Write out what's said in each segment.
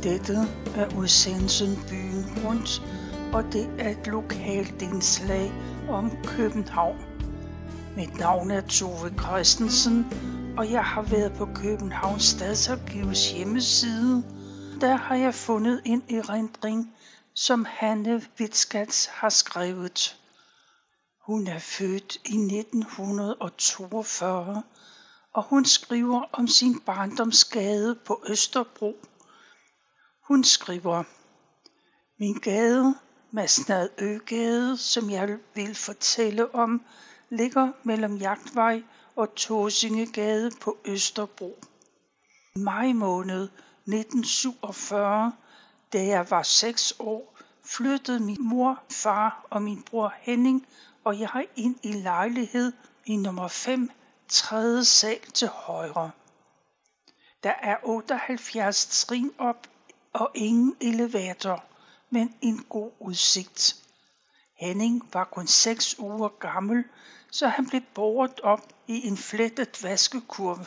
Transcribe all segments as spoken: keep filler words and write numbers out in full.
Dette er udsendelsen Byen Rundt, og det er et lokalt indslag om København. Mit navn er Tove Christensen, og jeg har været på Københavns Stadsarkivs hjemmeside. Der har jeg fundet en erindring, som Hanne Witzkatz har skrevet. Hun er født i nitten toogfyrre, og hun skriver om sin barndomsgade på Østerbro. Hun skriver: Min gade, Masnad Øgade, som jeg vil fortælle om, ligger mellem Jagtvej og Tåsingegade på Østerbro. I maj måned nitten syvogfyrre, da jeg var seks år, flyttede min mor, far og min bror Henning og jeg ind i lejlighed i nummer fem, tredje sal til højre. Der er otteoghalvfjerds trin op og ingen elevator, men en god udsigt. Henning var kun seks uger gammel, så han blev båret op i en flettet vaskekurv.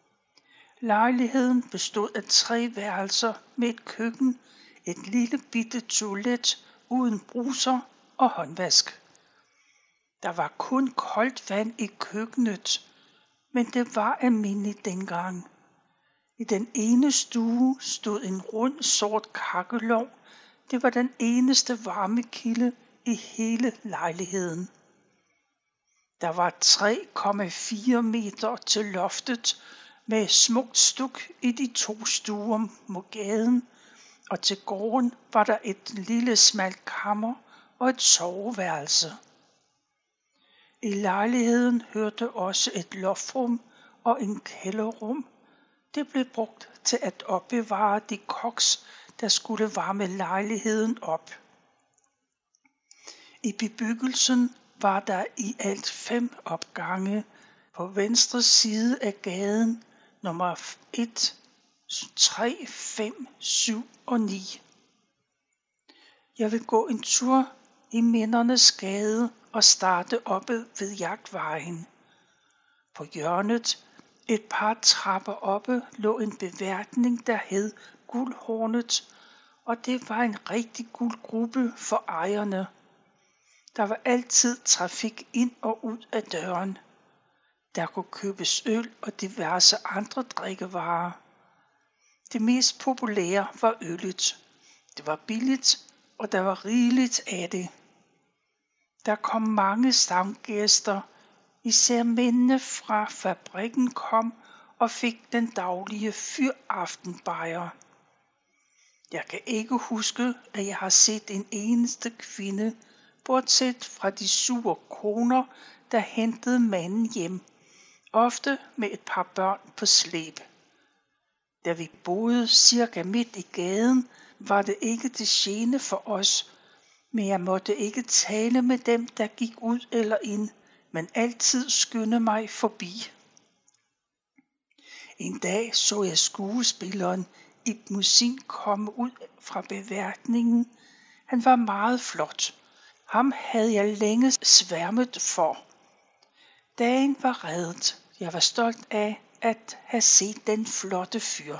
Lejligheden bestod af tre værelser med et køkken, et lille bitte toilet uden bruser og håndvask. Der var kun koldt vand i køkkenet, men det var almindeligt dengang. I den ene stue stod en rund sort kakkelovn. Det var den eneste varmekilde i hele lejligheden. Der var tre komma fire meter til loftet med smukt stuk i de to stuer mod gaden, og til gården var der et lille smalt kammer og et soveværelse. I lejligheden hørte også et loftrum og en kælderrum. Det blev brugt til at opbevare de koks, der skulle varme lejligheden op. I bebyggelsen var der i alt fem opgange på venstre side af gaden, nummer et, tre, fem, syv og ni. Jeg vil gå en tur i Mindernes Gade og starte oppe ved Jagtvejen. På hjørnet, et par trapper oppe, lå en beværtning, der hed Guldhornet, og det var en rigtig guldgruppe for ejerne. Der var altid trafik ind og ud af døren. Der kunne købes øl og diverse andre drikkevarer. Det mest populære var øllet. Det var billigt, og der var rigeligt af det. Der kom mange stamgæster, især mændene fra fabrikken kom og fik den daglige fyraftenbajer. Jeg kan ikke huske, at jeg har set en eneste kvinde, bortset fra de sure koner, der hentede manden hjem, ofte med et par børn på slæb. Da vi boede cirka midt i gaden, var det ikke til gene for os, men jeg måtte ikke tale med dem, der gik ud eller ind, men altid skynde mig forbi. En dag så jeg skuespilleren Ib Mossin komme ud fra beværtningen. Han var meget flot. Ham havde jeg længe sværmet for. Dagen var reddet. Jeg var stolt af at have set den flotte fyr.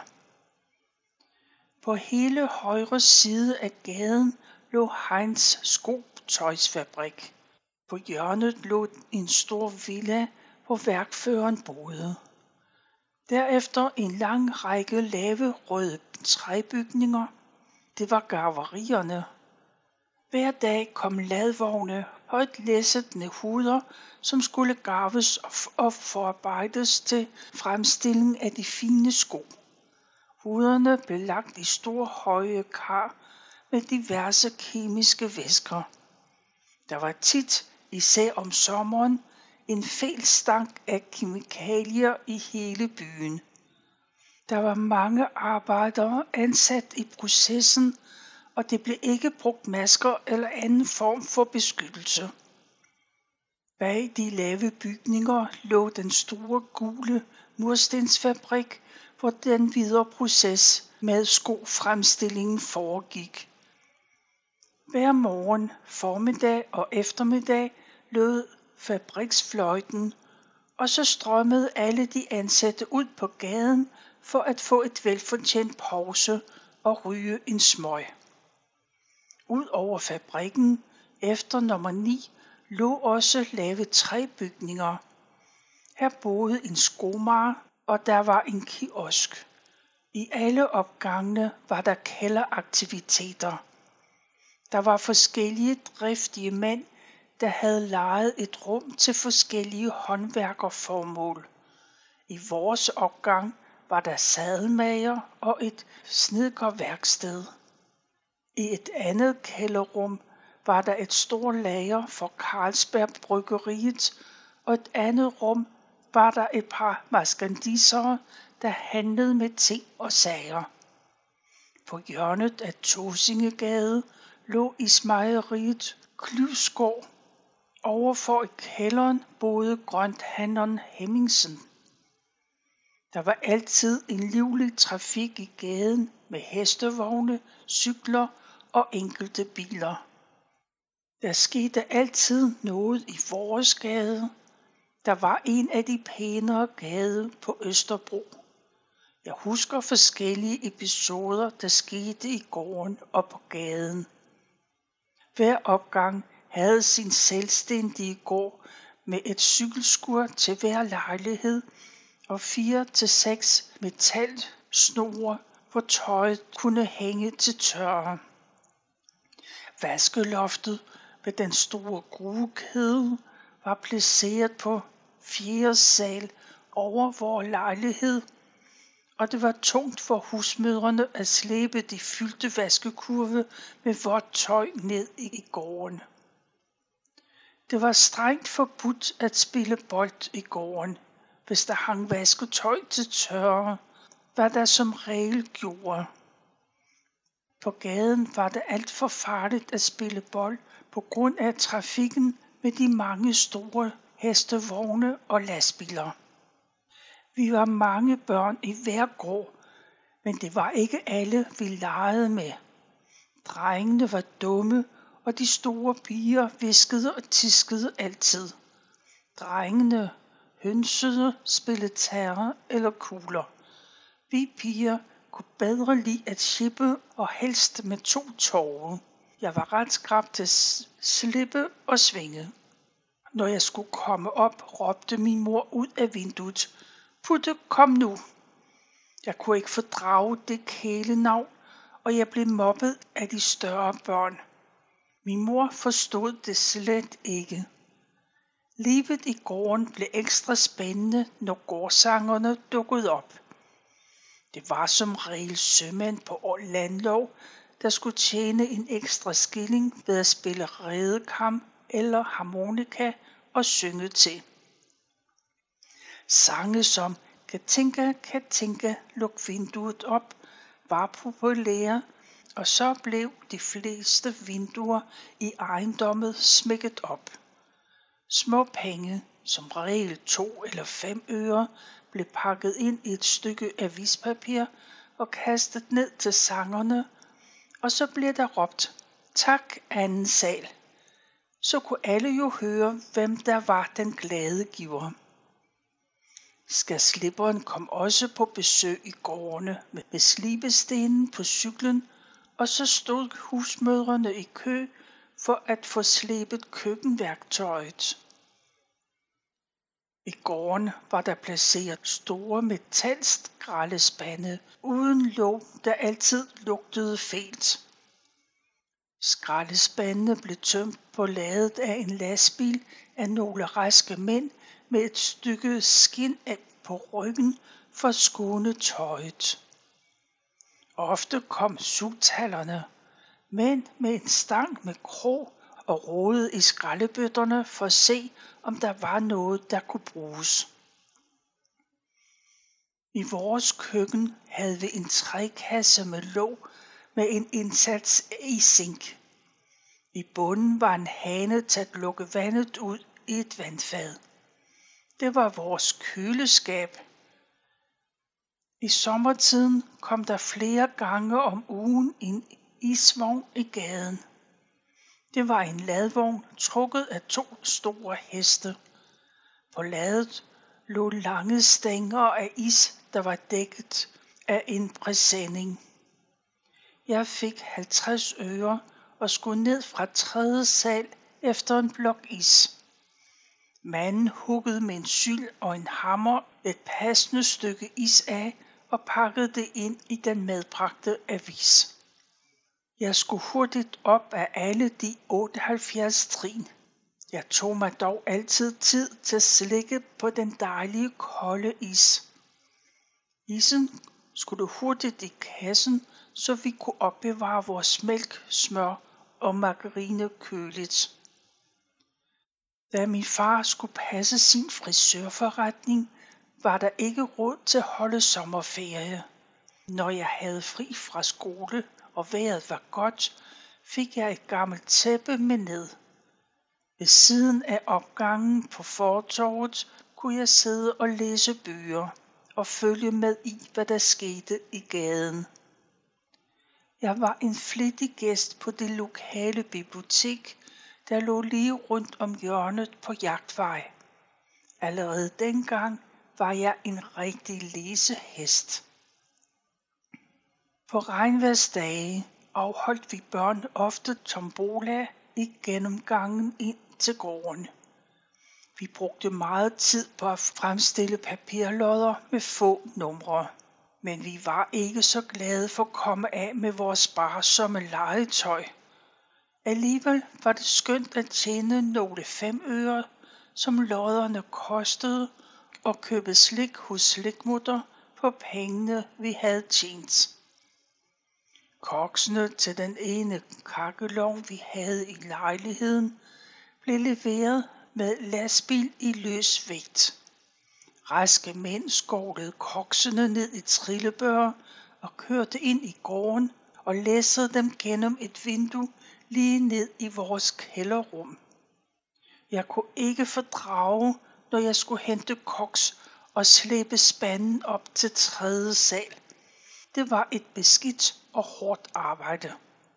På hele højre side af gaden lå Heinz skotøjsfabrik. På hjørnet lå en stor villa, hvor værkføreren boede. Derefter en lang række lave røde træbygninger. Det var garverierne. Hver dag kom ladvogne, højt læssede huder, som skulle garves og forarbejdes til fremstilling af de fine sko. Huderne blev lagt i store høje kar med diverse kemiske væsker. Der var tit, især om sommeren, en fælstank af kemikalier i hele byen. Der var mange arbejdere ansat i processen, og det blev ikke brugt masker eller anden form for beskyttelse. Bag de lave bygninger lå den store gule murstensfabrik, hvor den videre proces med skofremstillingen foregik. Hver morgen, formiddag og eftermiddag lød fabriksfløjten, og så strømmede alle de ansatte ud på gaden for at få et velfortjent pause, og ryge en smøg. Ud over fabrikken efter nummer ni lå også lave træbygninger. Her boede en skomager, og der var en kiosk. I alle opgangene var der kælderaktiviteter. Der var forskellige driftige mænd, der havde lejet et rum til forskellige håndværkerformål. I vores opgang var der sadelmager og et snedkerværksted. I et andet kælderrum var der et stort lager for Carlsberg Bryggeriet, og et andet rum var der et par maskandisere, der handlede med ting og sager. På hjørnet af Tåsingegade lå Ismejeriet Klyvsgård. Overfor i kælderen boede grønthandleren Hemmingsen. Der var altid en livlig trafik i gaden med hestevogne, cykler og enkelte biler. Der skete altid noget i vores gade. Der var en af de pænere gader på Østerbro. Jeg husker forskellige episoder, der skete i gården og på gaden. Hver opgang havde sin selvstændige gård med et cykelskur til hver lejlighed og fire til seks metalsnore, hvor tøjet kunne hænge til tørre. Vaskeloftet ved den store gruekæde var placeret på fjerde sal over vor lejlighed, og det var tungt for husmødrene at slæbe de fyldte vaskekurve med vådt tøj ned i gården. Det var strengt forbudt at spille bold i gården, hvis der hang vasketøj til tørre, hvad der som regel gjorde. På gaden var det alt for farligt at spille bold på grund af trafikken med de mange store hestevogne og lastbiler. Vi var mange børn i hver gård, men det var ikke alle, vi legede med. Drengene var dumme, og de store piger viskede og tiskede altid. Drengene hønsede, spillede terror eller kugler. Vi piger kunne bedre lide at shippe og helst med to tårer. Jeg var ret skrap til at slippe og svinge. Når jeg skulle komme op, råbte min mor ud af vinduet: "Putte, kom nu!" Jeg kunne ikke fordrage det kælenavn, og jeg blev mobbet af de større børn. Min mor forstod det slet ikke. Livet i gården blev ekstra spændende, når gårdsangerne dukkede op. Det var som regel sømænd på landlov, der skulle tjene en ekstra skilling ved at spille redekam eller harmonika og synge til. Sange som "Katinka, Katinka, luk vinduet op" var populære, og så blev de fleste vinduer i ejendommet smækket op. Små penge, som regel to eller fem øre, blev pakket ind i et stykke avispapir og kastet ned til sangerne, og så blev der råbt: "Tak, anden sal." Så kunne alle jo høre, hvem der var den glade giver. Skaslipperen kom også på besøg i gårdene med slibestenen på cyklen, og så stod husmødrene i kø for at få slebet køkkenværktøjet. I gården var der placeret store metalskraldespande uden låg, der altid lugtede fælt. Skraldespandene blev tømt på ladet af en lastbil af nogle raske mænd med et stykke skind på ryggen for at skåne tøjet. Ofte kom sugtallerne, mænd med en stang med krog, og rodede i skraldebøtterne for at se, om der var noget, der kunne bruges. I vores køkken havde vi en trækasse med låg med en indsats i zink. I bunden var en hane til at lukke vandet ud i et vandfad. Det var vores køleskab. I sommertiden kom der flere gange om ugen en isvogn i gaden. Det var en ladvogn trukket af to store heste. På ladet lå lange stænger af is, der var dækket af en præsending. Jeg fik halvtreds øre og skulle ned fra tredje sal efter en blok is. Manden huggede med en syl og en hammer et passende stykke is af og pakkede det ind i den medbragte avis. Jeg skulle hurtigt op af alle de otteoghalvfjerds trin. Jeg tog mig dog altid tid til at slikke på den dejlige kolde is. Isen skulle hurtigt i kassen, så vi kunne opbevare vores mælk, smør og margarine køligt. Da min far skulle passe sin frisørforretning, var der ikke råd til at holde sommerferie. Når jeg havde fri fra skole og vejret var godt, fik jeg et gammelt tæppe med ned. Ved siden af opgangen på fortovet kunne jeg sidde og læse bøger og følge med i, hvad der skete i gaden. Jeg var en flittig gæst på det lokale bibliotek, der lå lige rundt om hjørnet på Jagtvej. Allerede dengang var jeg en rigtig læsehest. På regnværsdage afholdt vi børn ofte tombola i gennemgangen ind til gården. Vi brugte meget tid på at fremstille papirlodder med få numre, men vi var ikke så glade for at komme af med vores sparsomme legetøj. Alligevel var det skønt at tjene nogle fem øre, som lodderne kostede, og købe slik hos slikmutter på pengene, vi havde tjent. Koksene til den ene kakkelovn, vi havde i lejligheden, blev leveret med lastbil i løs vægt. Raske mænd skovlede koksene ned i trillebør og kørte ind i gården og læssede dem gennem et vindue lige ned i vores kælderrum. Jeg kunne ikke fordrage, når jeg skulle hente koks og slæbe spanden op til tredje sal. Det var et beskidt og hårdt arbejde.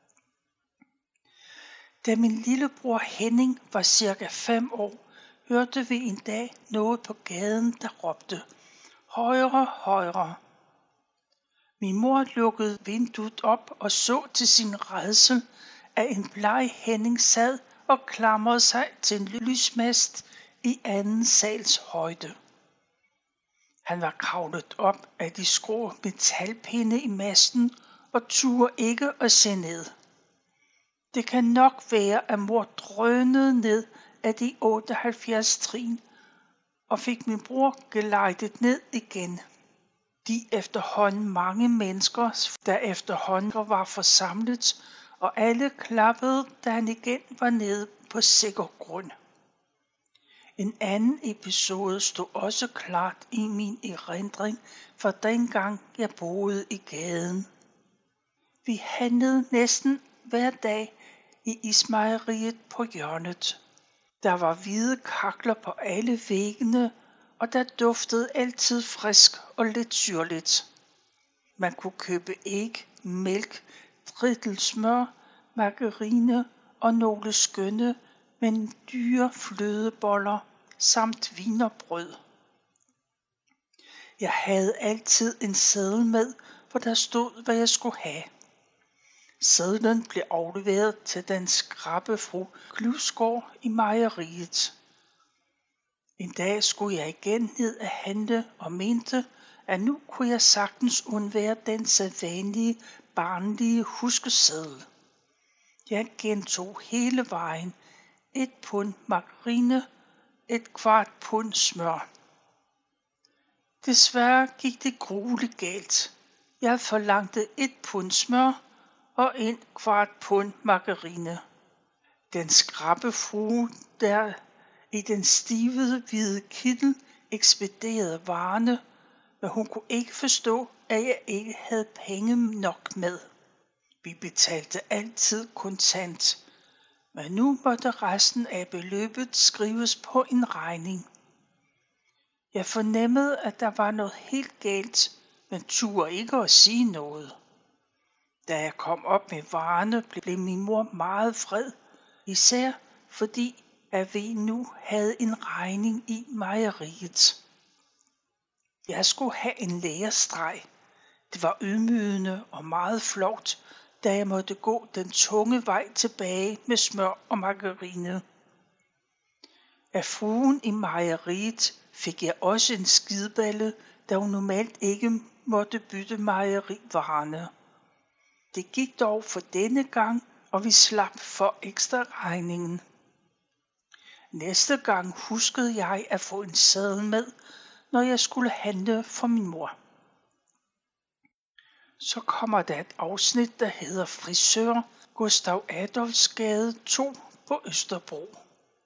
Da min lillebror Henning var cirka fem år, hørte vi en dag noget på gaden, der råbte, højre, højre. Min mor lukkede vinduet op og så til sin rædsel, at en bleg Henning sad og klamrede sig til en lysmast i anden sals højde. Han var kravlet op af de skrå metalpinde i masten og turde ikke at se ned. Det kan nok være, at mor drønede ned af de otteoghalvfjerds trin og fik min bror gelejtet ned igen. De efterhånden mange mennesker, der efterhånden var forsamlet, og alle klappede, da han igen var nede på sikker grund. En anden episode stod også klart i min erindring fra dengang jeg boede i gaden. Vi handlede næsten hver dag i ismejeriet på hjørnet. Der var hvide kakler på alle væggene, og der duftede altid frisk og lidt syrligt. Man kunne købe æg, mælk, drittelsmør, margarine og nogle skønne, men dyre flødeboller samt wienerbrød. Jeg havde altid en seddel med, hvor der stod, hvad jeg skulle have. Sedlen blev afleveret til den skrappe fru Klyvsgaard i mejeriet. En dag skulle jeg igen ned at handle og mente, at nu kunne jeg sagtens undvære den sædvanlige, barnlige huskeseddel. Jeg gentog hele vejen. Et pund margarine, et kvart pund smør. Desværre gik det grueligt galt. Jeg forlangte et pund smør og en kvart pund margarine. Den skrappe frue, der i den stivede hvide kittel ekspederede varerne, men hun kunne ikke forstå, at jeg ikke havde penge nok med. Vi betalte altid kontant, men nu måtte resten af beløbet skrives på en regning. Jeg fornemmede, at der var noget helt galt, men turde ikke at sige noget. Da jeg kom op med varerne, blev min mor meget vred, især fordi at vi nu havde en regning i mejeriet. Jeg skulle have en lærestreg. Det var ydmygende og meget flovt, da jeg måtte gå den tunge vej tilbage med smør og margarine. Af fruen i mejeriet fik jeg også en skideballe, da hun normalt ikke måtte bytte mejerivarerne. Det gik dog for denne gang, og vi slap for ekstra regningen. Næste gang huskede jeg at få en seddel med, når jeg skulle handle for min mor. Så kommer der et afsnit, der hedder Frisør Gustav Adolfsgade to på Østerbro.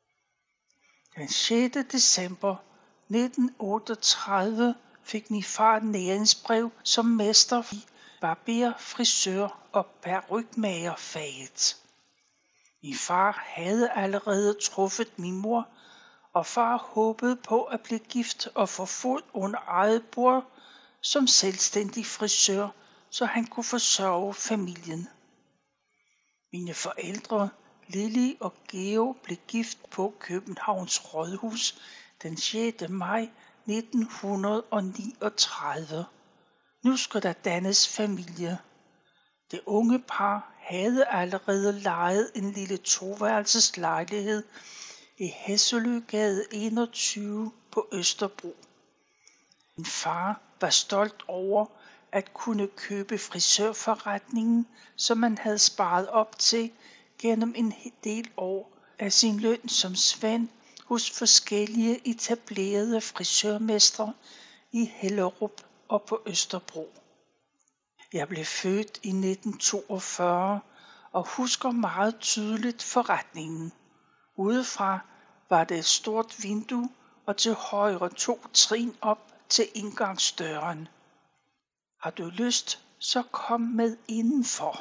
Den sjette december nitten otteogtredive fik min far næringsbrev som mester i barber, frisør og perukmagerfaget. Min far havde allerede truffet min mor, og far håbede på at blive gift og få fod under eget bord som selvstændig frisør, så han kunne forsørge familien. Mine forældre, Lili og Geo, blev gift på Københavns Rådhus den sjette maj nitten niogtredive. Nu skulle der dannes familie. Det unge par havde allerede lejet en lille toværelses lejlighed i Hesseløgade enogtyve på Østerbro. Min far var stolt over at kunne købe frisørforretningen, som man havde sparet op til gennem en del år af sin løn som svend hos forskellige etablerede frisørmestre i Hellerup og på Østerbro. Jeg blev født i nitten toogfyrre og husker meget tydeligt forretningen. Udefra var det et stort vindue og til højre to trin op til indgangsdøren. Har du lyst, så kom med indenfor.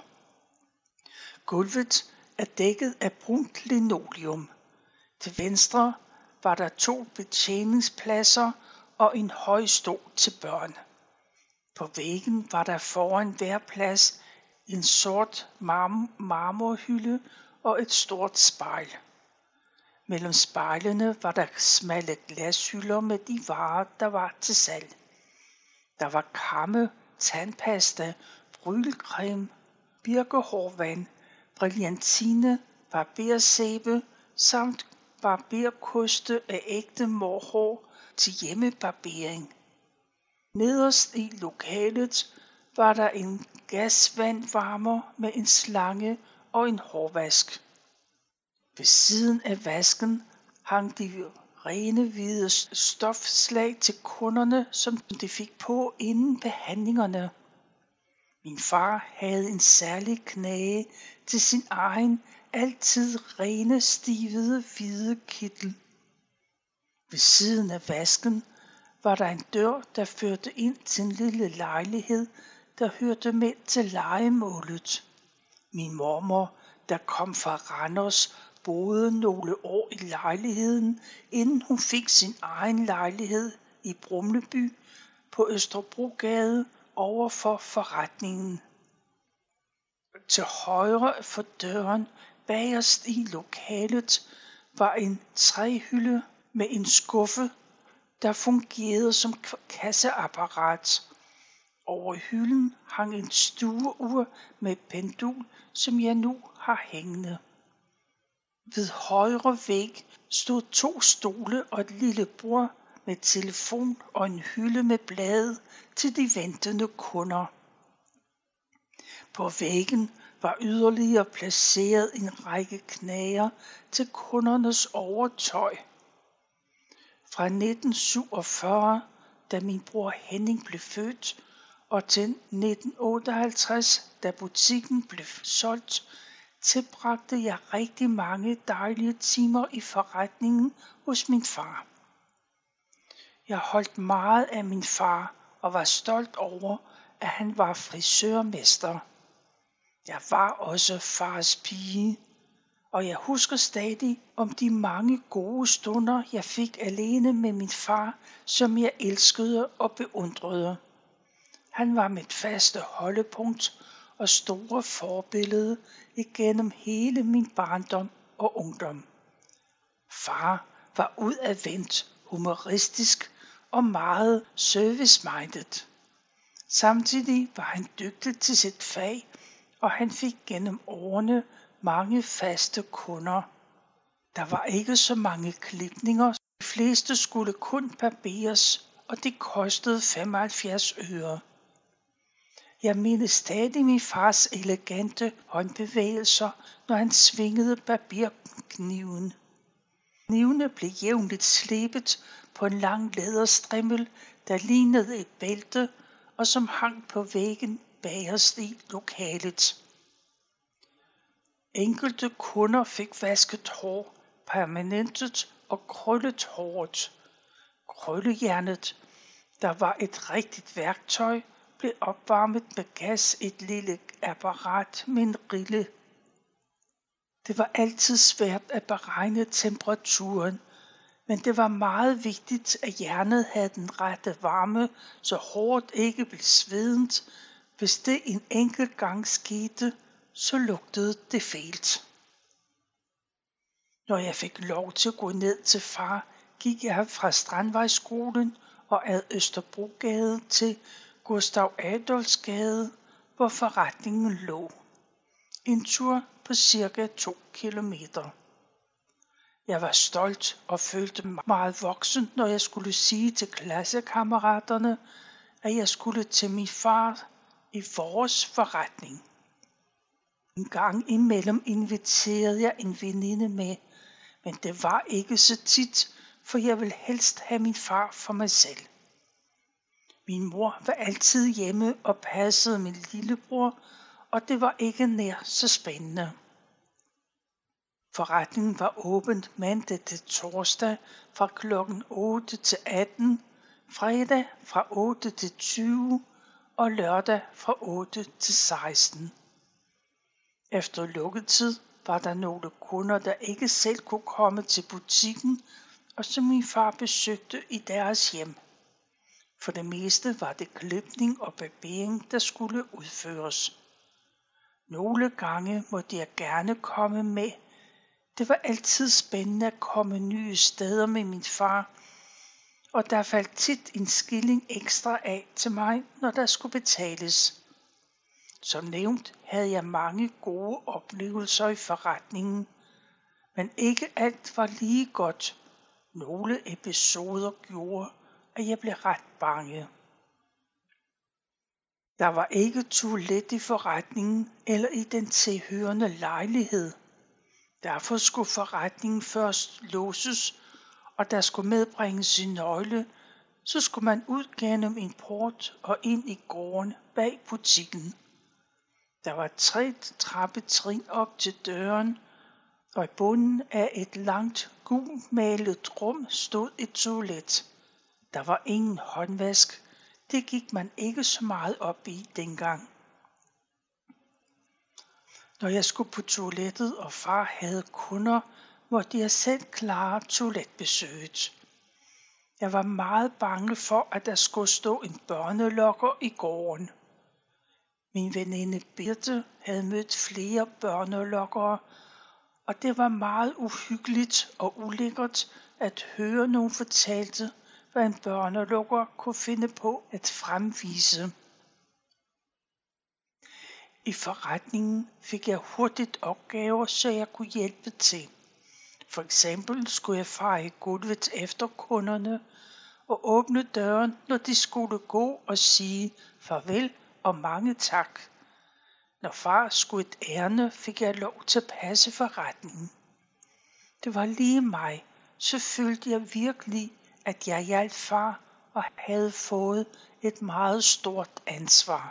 Gulvet er dækket af brunt linoleum. Til venstre var der to betjeningspladser og en høj stol til børn. På væggen var der foran hver plads en sort marm- marmorhylde og et stort spejl. Mellem spejlene var der smalle glashylder med de varer, der var til salg. Der var kamme, tandpasta, brylcreme, birkehårvand, brillantine, barbersæbe samt barberkoste af ægte morhår til hjemmebarbering. Nederst i lokalet var der en gasvandvarmer med en slange og en hårvask. Ved siden af vasken hang de rene hvide stofslag til kunderne, som de fik på inden behandlingerne. Min far havde en særlig knage til sin egen, altid rene, stivede, hvide kittel. Ved siden af vasken var der en dør, der førte ind til en lille lejlighed, der hørte med til lejemålet. Min mormor, der kom fra Randers, boede nogle år i lejligheden, inden hun fik sin egen lejlighed i Brumleby på Østerbrogade over for forretningen. Til højre for døren, bagerst i lokalet, var en træhylde med en skuffe, der fungerede som kasseapparat. Over hylden hang en stueur med pendul, som jeg nu har hængende. Ved højre væg stod to stole og et lille bord med telefon og en hylde med blade til de ventende kunder. På væggen var yderligere placeret en række knager til kundernes overtøj. Fra nitten syvogfyrre, da min bror Henning blev født, og til nitten otteoghalvtreds, da butikken blev solgt, tilbragte jeg rigtig mange dejlige timer i forretningen hos min far. Jeg holdt meget af min far og var stolt over, at han var frisørmester. Jeg var også fars pige, og jeg husker stadig om de mange gode stunder, jeg fik alene med min far, som jeg elskede og beundrede. Han var mit faste holdepunkt og store forbillede igennem hele min barndom og ungdom. Far var udadvendt, humoristisk og meget service-minded. Samtidig var han dygtig til sit fag og han fik gennem årene mange faste kunder. Der var ikke så mange klipninger. De fleste skulle kun barberes, og det kostede femoghalvfjerds øre. Jeg mindes stadig min fars elegante håndbevægelser, når han svingede barberkniven. Knivene blev jævnligt slebet på en lang læderstrimmel, der lignede et bælte, og som hang på væggen bagerst i lokalet. Enkelte kunder fik vasket hår, permanentet og krøllet håret. Krøllejernet, der var et rigtigt værktøj, blev opvarmet med gas i et lille apparat med en rille. Det var altid svært at beregne temperaturen, men det var meget vigtigt, at jernet havde den rette varme, så håret ikke blev svedet. Hvis det en enkelt gang skete, så lugtede det fælt. Når jeg fik lov til at gå ned til far, gik jeg fra Strandvejsskolen og ad Østerbrogade til Gustav Adolfsgade, hvor forretningen lå. En tur på cirka to kilometer. Jeg var stolt og følte mig meget voksen, når jeg skulle sige til klassekammeraterne, at jeg skulle til min far i vores forretning. En gang imellem inviterede jeg en veninde med, men det var ikke så tit, for jeg ville helst have min far for mig selv. Min mor var altid hjemme og passede min lillebror, og det var ikke nær så spændende. Forretningen var åbent mandag til torsdag fra klokken otte til atten, fredag fra otte til tyve og lørdag fra otte til seksten. Efter lukketid var der nogle kunder, der ikke selv kunne komme til butikken, og som min far besøgte i deres hjem. For det meste var det klipning og barbering, der skulle udføres. Nogle gange måtte jeg gerne komme med. Det var altid spændende at komme nye steder med min far, og der faldt tit en skilling ekstra af til mig, når der skulle betales. Som nævnt havde jeg mange gode oplevelser i forretningen, men ikke alt var lige godt. Nogle episoder gjorde, at jeg blev ret bange. Der var ikke toilet i forretningen eller i den tilhørende lejlighed. Derfor skulle forretningen først låses, og der skulle medbringes en nøgle, så skulle man ud gennem en port og ind i gården bag butikken. Der var tre trappetrin op til døren, og i bunden af et langt gulmalet rum stod et toilet. Der var ingen håndvask. Det gik man ikke så meget op i dengang. Når jeg skulle på toilettet og far havde kunder, måtte jeg selv klare toiletbesøget. Jeg var meget bange for, at der skulle stå en børnelokker i gården. Min veninde Birte havde mødt flere børnelokkere, og det var meget uhyggeligt og ulækkert at høre nogen fortalte, hvad en børnelukker kunne finde på at fremvise. I forretningen fik jeg hurtigt opgaver, så jeg kunne hjælpe til. For eksempel skulle jeg feje gulvet efter kunderne og åbne døren, når de skulle gå og sige farvel og mange tak. Når far skulle et ærne, fik jeg lov til at passe forretningen. Det var lige mig, så følte jeg virkelig, at jeg hjalp far og havde fået et meget stort ansvar.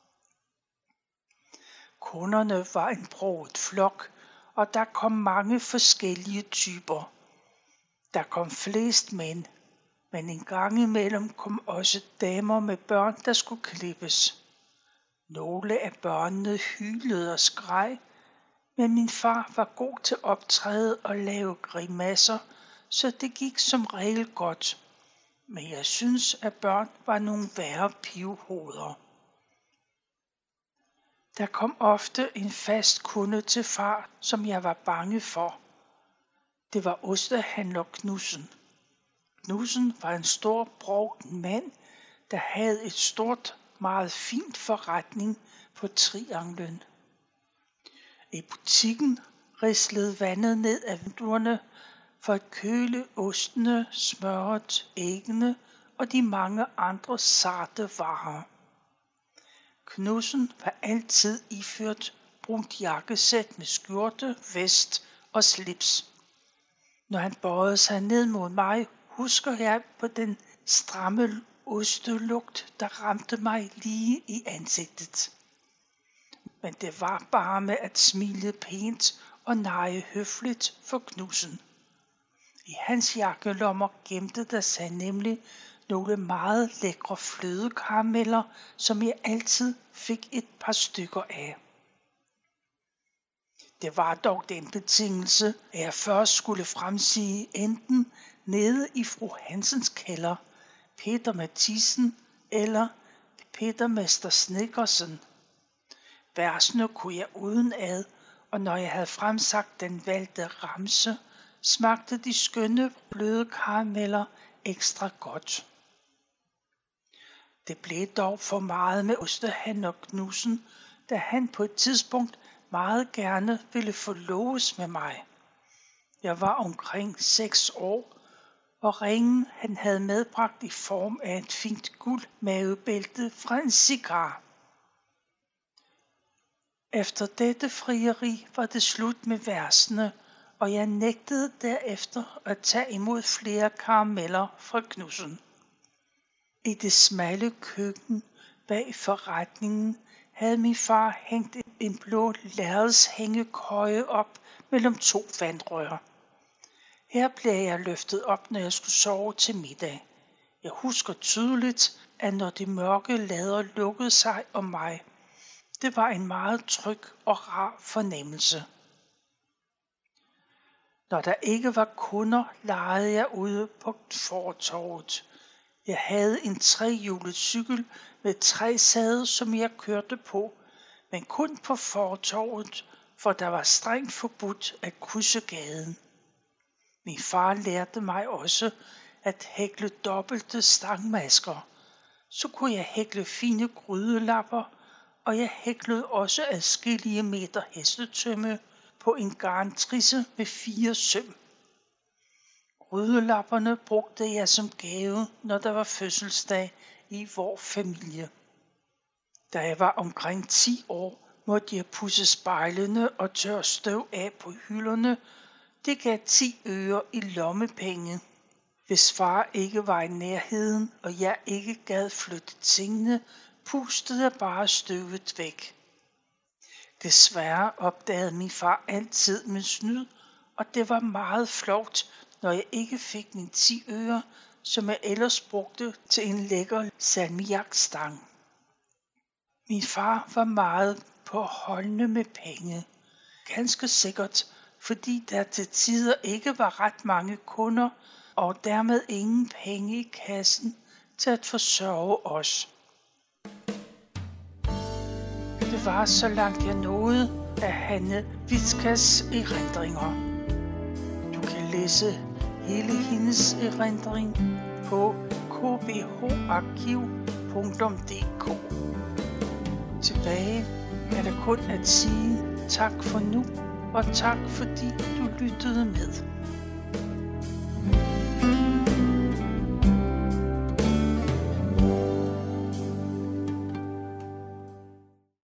Kunderne var en broget flok, og der kom mange forskellige typer. Der kom flest mænd, men en gang imellem kom også damer med børn, der skulle klippes. Nogle af børnene hylede og skreg, men min far var god til at optræde og lave grimasser, så det gik som regel godt. Men jeg synes, at børn var nogle værre pivhoveder. Der kom ofte en fast kunde til far, som jeg var bange for. Det var ostehandler Knudsen. Knudsen var en stor broget mand, der havde et stort, meget fint forretning på Trianglen. I butikken rislede vandet ned af vinduerne for at køle ostene, smørret, æggene og de mange andre sarte varer. Knudsen var altid iført brunt jakkesæt med skjorte, vest og slips. Når han bøjede sig ned mod mig, husker jeg på den stramme ostelugt, der ramte mig lige i ansigtet. Men det var bare med at smile pænt og neje høfligt for Knudsen. I hans jakkelommer gemte der sig nemlig nogle meget lækre flødekarameller, som jeg altid fik et par stykker af. Det var dog den betingelse, at jeg først skulle fremsige enten nede i fru Hansens kælder, Peter Mathisen eller Peter Mester Snedkersen. Versene kunne jeg udenad, og når jeg havde fremsagt den valgte ramse, smagte de skønne bløde karameller ekstra godt. Det blev dog for meget med Ostehan og Knudsen, da han på et tidspunkt meget gerne ville forloves med mig. Jeg var omkring seks år, og ringen han havde medbragt i form af et fint guld mavebælte fra en cigar. Efter dette frieri var det slut med versene, og jeg nægtede derefter at tage imod flere karameller fra Knudsen. I det smalle køkken bag forretningen havde min far hængt en blå lærredshængekøje op mellem to vandrør. Her blev jeg løftet op, når jeg skulle sove til middag. Jeg husker tydeligt, at når de mørke lader lukkede sig om mig, det var en meget tryg og rar fornemmelse. Når der ikke var kunder, legede jeg ude på fortovet. Jeg havde en trehjulet cykel med tre sæder, som jeg kørte på, men kun på fortovet, for der var strengt forbudt at krydse gaden. Min far lærte mig også at hækle dobbelte stangmasker. Så kunne jeg hækle fine grydelapper, og jeg hæklede også adskillige meter hestetømme på en garntrisse med fire søm. Grydelapperne brugte jeg som gave, når der var fødselsdag i vor familie. Da jeg var omkring ti år, måtte jeg pudse spejlene og tørre støv af på hylderne. Det gav ti øre i lommepenge. Hvis far ikke var i nærheden, og jeg ikke gad flytte tingene, pustede jeg bare støvet væk. Desværre opdagede min far altid min snyd, og det var meget flovt, når jeg ikke fik min ti øre, som jeg ellers brugte til en lækker salmiakstang. Min far var meget påholdende med penge. Ganske sikkert, fordi der til tider ikke var ret mange kunder, og dermed ingen penge i kassen til at forsørge os. Det var så langt jeg nåede af Hanne Witskas erindringer. Du kan læse hele hendes erindring på k b h arkiv punktum d k. Tilbage er der kun at sige tak for nu, og tak fordi du lyttede med.